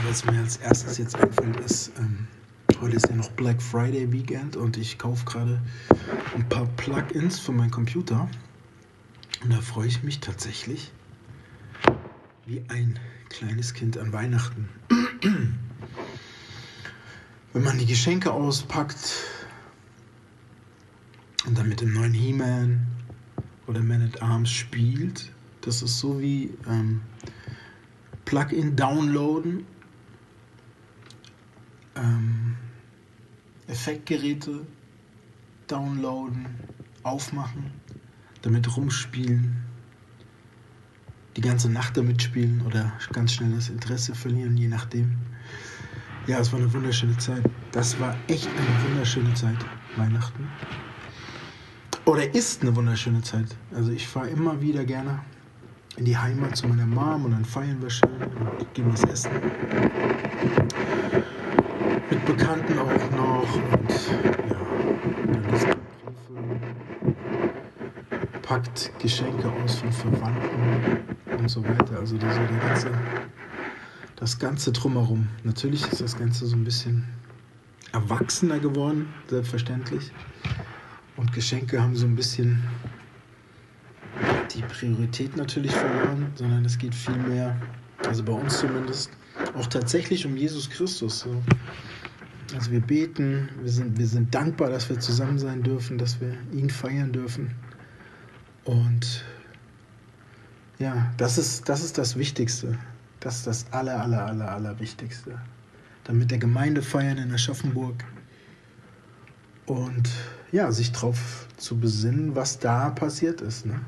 was mir als erstes jetzt einfällt, ist, heute ist ja noch Black Friday Weekend und ich kaufe gerade ein paar Plugins für meinen Computer. Und da freue ich mich tatsächlich wie ein kleines Kind an Weihnachten. Wenn man die Geschenke auspackt und dann mit dem neuen He-Man oder Man at Arms spielt, das ist so wie Plugin downloaden, Effektgeräte downloaden, aufmachen, damit rumspielen, die ganze Nacht damit spielen oder ganz schnell das Interesse verlieren, je nachdem. Ja, es war eine wunderschöne Zeit. Das war echt eine wunderschöne Zeit, Weihnachten. Oder ist eine wunderschöne Zeit. Also ich fahre immer wieder gerne in die Heimat zu meiner Mom und dann feiern wir schön und gehen was essen. Mit Bekannten auch noch und ja, dann liest man Briefe, packt Geschenke aus von Verwandten und so weiter. Also das Ganze drumherum. Natürlich ist das Ganze so ein bisschen erwachsener geworden, selbstverständlich. Und Geschenke haben so ein bisschen die Priorität natürlich verloren, sondern es geht viel mehr, also bei uns zumindest, auch tatsächlich um Jesus Christus. So. Also wir beten, wir sind dankbar, dass wir zusammen sein dürfen, dass wir ihn feiern dürfen. Und ja, das ist das Wichtigste. Das ist das Allerwichtigste. Dann mit der Gemeinde feiern in Aschaffenburg. Und ja, sich drauf zu besinnen, was da passiert ist. Ne?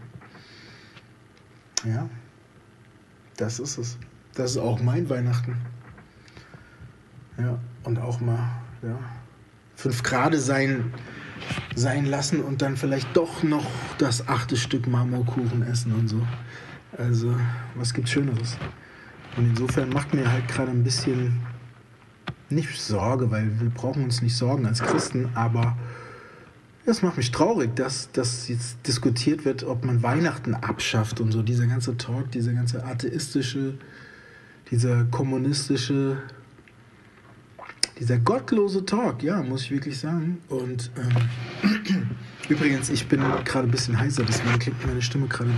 Ja, das ist es. Das ist auch mein Weihnachten. Ja, und auch mal 5 Grad sein lassen und dann vielleicht doch noch das 8. Stück Marmorkuchen essen und so. Also, was gibt's Schöneres? Und insofern macht mir halt gerade ein bisschen nicht Sorge, weil wir brauchen uns nicht sorgen als Christen, aber das macht mich traurig, dass jetzt diskutiert wird, ob man Weihnachten abschafft und so. Dieser ganze Talk, dieser ganze atheistische, dieser kommunistische, dieser gottlose Talk, ja, muss ich wirklich sagen. Und übrigens, ich bin gerade ein bisschen heißer, deswegen klingt meine Stimme gerade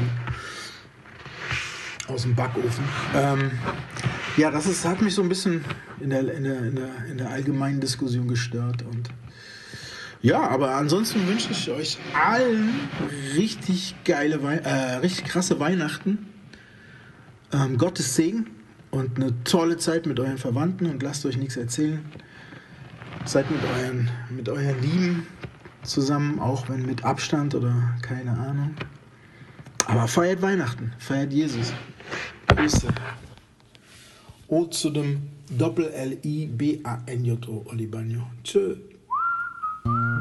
aus dem Backofen. Ja, hat mich so ein bisschen in der allgemeinen Diskussion gestört. Und ja, aber ansonsten wünsche ich euch allen richtig richtig krasse Weihnachten. Gottes Segen und eine tolle Zeit mit euren Verwandten und lasst euch nichts erzählen. Seid mit euren Lieben zusammen, auch wenn mit Abstand oder keine Ahnung. Aber feiert Weihnachten, feiert Jesus. Grüße. O zu dem Doppel-L-I-B-A-N-J-O Olibanjo. Tschö.